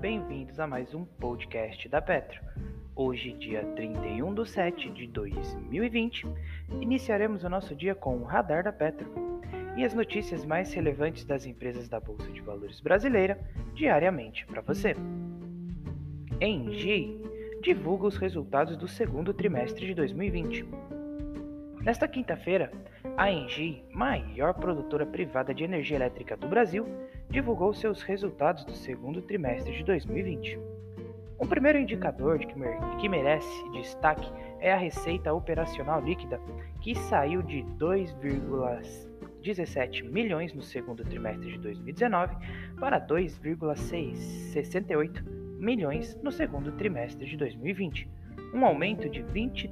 bem-vindos a mais um podcast da Petro. Hoje, dia 31/7/2020, iniciaremos o nosso dia com o Radar da Petro e as notícias mais relevantes das empresas da Bolsa de Valores brasileira diariamente para você. Engie divulga os resultados do segundo trimestre de 2020. Nesta quinta-feira, a Engie, maior produtora privada de energia elétrica do Brasil, divulgou seus resultados do segundo trimestre de 2020. Um primeiro indicador que merece destaque é a receita operacional líquida, que saiu de 2,17 milhões no segundo trimestre de 2019 para 2,68 milhões no segundo trimestre de 2020, um aumento de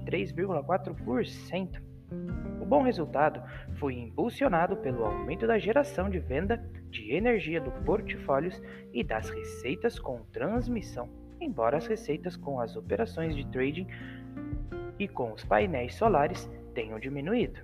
23,4%. O bom resultado foi impulsionado pelo aumento da geração de venda de energia do portfólios e das receitas com transmissão, embora as receitas com as operações de trading e com os painéis solares tenham diminuído.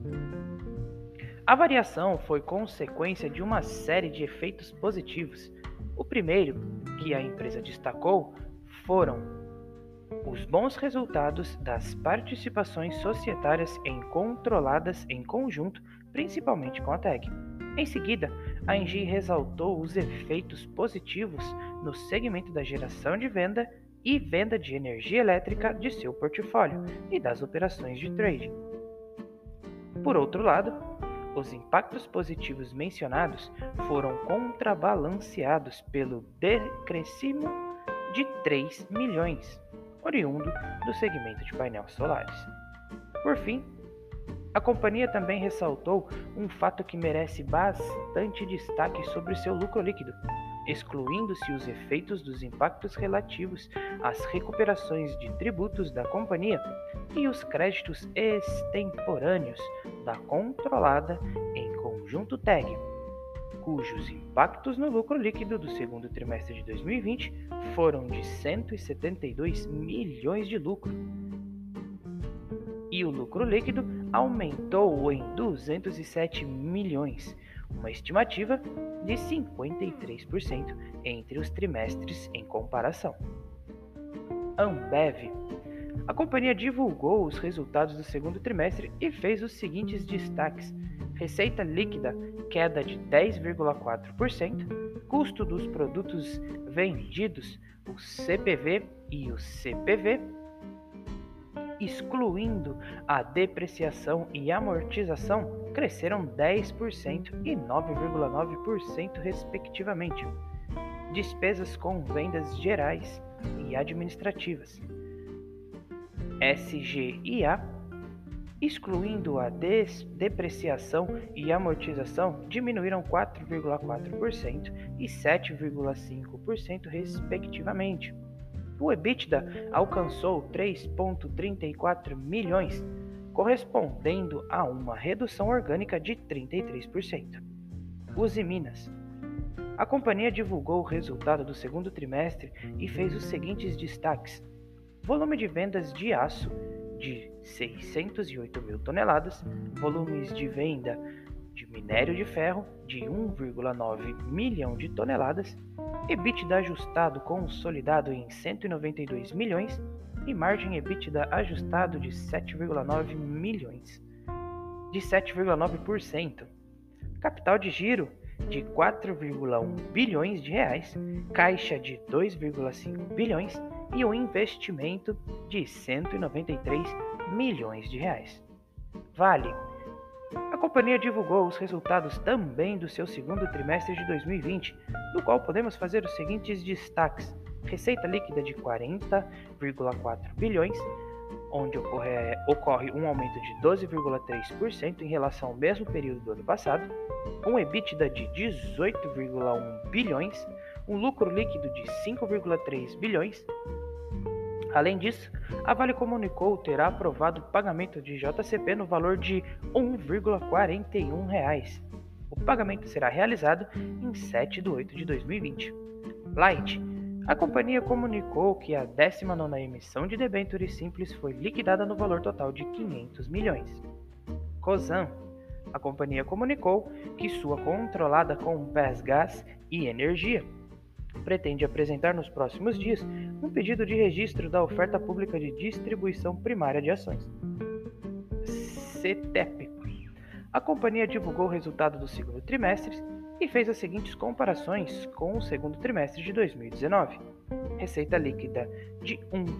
A variação foi consequência de uma série de efeitos positivos. O primeiro que a empresa destacou foram os bons resultados das participações societárias controladas em conjunto, principalmente com a TEG. Em seguida, a Engie ressaltou os efeitos positivos no segmento da geração de venda e venda de energia elétrica de seu portfólio e das operações de trading. Por outro lado, os impactos positivos mencionados foram contrabalanceados pelo decréscimo de 3 milhões, oriundo do segmento de painéis solares. Por fim, a companhia também ressaltou um fato que merece bastante destaque sobre seu lucro líquido, excluindo-se os efeitos dos impactos relativos às recuperações de tributos da companhia e os créditos extemporâneos da controlada em conjunto TEG, cujos impactos no lucro líquido do segundo trimestre de 2020 foram de 172 milhões de lucro. E o lucro líquido aumentou em 207 milhões, uma estimativa de 53% entre os trimestres em comparação. Ambev. A companhia divulgou os resultados do segundo trimestre e fez os seguintes destaques: receita líquida, queda de 10,4%, custo dos produtos vendidos, o CPV e o CPV, excluindo a depreciação e amortização, cresceram 10% e 9,9% respectivamente. Despesas com vendas gerais e administrativas, SG&A, excluindo a depreciação e amortização, diminuíram 4,4% e 7,5% respectivamente. O EBITDA alcançou 3,34 milhões, correspondendo a uma redução orgânica de 33%. Usiminas. A companhia divulgou o resultado do segundo trimestre e fez os seguintes destaques: volume de vendas de aço de 608 mil toneladas, volumes de venda de minério de ferro de 1,9 milhão de toneladas, EBITDA ajustado consolidado em 192 milhões e margem EBITDA ajustado de 7,9 milhões, de 7,9%. Capital de giro de 4,1 bilhões de reais, caixa de 2,5 bilhões e um investimento de 193 milhões de reais. Vale. A companhia divulgou os resultados também do seu segundo trimestre de 2020, no qual podemos fazer os seguintes destaques: receita líquida de 40,4 bilhões, onde ocorre um aumento de 12,3% em relação ao mesmo período do ano passado, um EBITDA de 18,1 bilhões, um lucro líquido de 5,3 bilhões. Além disso, a Vale comunicou ter aprovado o pagamento de JCP no valor de R$ 1,41. O pagamento será realizado em 7/8/2020. Light. A companhia comunicou que a 19ª emissão de debêntures simples foi liquidada no valor total de 500 milhões. Cosan. A companhia comunicou que sua controlada Compass Gás e Energia pretende apresentar nos próximos dias um pedido de registro da oferta pública de distribuição primária de ações. CETEP. A companhia divulgou o resultado do segundo trimestre e fez as seguintes comparações com o segundo trimestre de 2019. Receita líquida de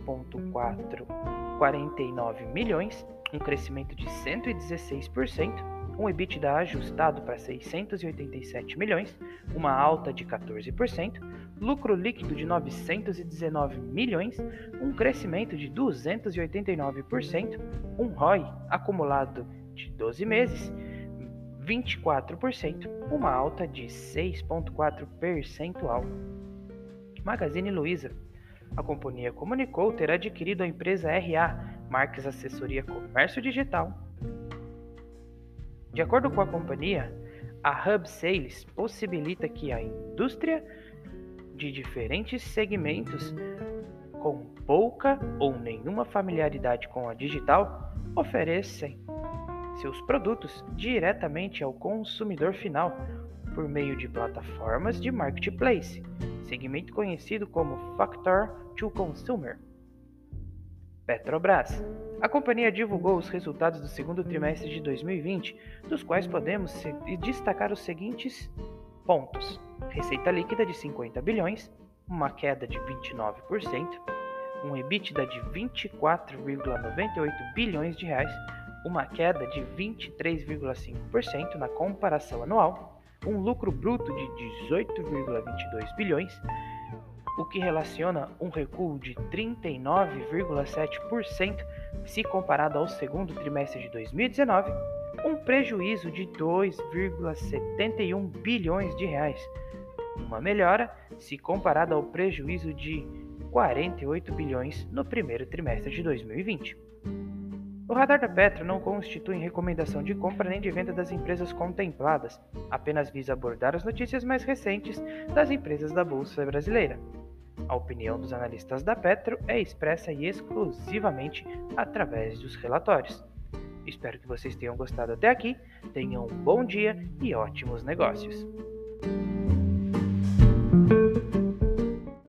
1,449 milhões, um crescimento de 116%, um EBITDA ajustado para 687 milhões, uma alta de 14%, lucro líquido de 919 milhões, um crescimento de 289%, um ROI acumulado de 12 meses, 24%, uma alta de 6,4 percentual. Magazine Luiza. A companhia comunicou ter adquirido a empresa RA, Marques Assessoria Comércio Digital. De acordo com a companhia, a Hub Sales possibilita que a indústria de diferentes segmentos com pouca ou nenhuma familiaridade com a digital oferecem seus produtos diretamente ao consumidor final por meio de plataformas de marketplace, segmento conhecido como Factor to Consumer. Petrobras. A companhia divulgou os resultados do segundo trimestre de 2020, dos quais podemos destacar os seguintes pontos: receita líquida de 50 bilhões, uma queda de 29%, um EBITDA de 24,98 bilhões de reais, uma queda de 23,5% na comparação anual, um lucro bruto de 18,22 bilhões, o que relaciona um recuo de 39,7% se comparado ao segundo trimestre de 2019, um prejuízo de 2,71 bilhões de reais, uma melhora se comparado ao prejuízo de 48 bilhões no primeiro trimestre de 2020. O radar da Petro não constitui recomendação de compra nem de venda das empresas contempladas, apenas visa abordar as notícias mais recentes das empresas da Bolsa Brasileira. A opinião dos analistas da Petro é expressa e exclusivamente através dos relatórios. Espero que vocês tenham gostado até aqui, tenham um bom dia e ótimos negócios.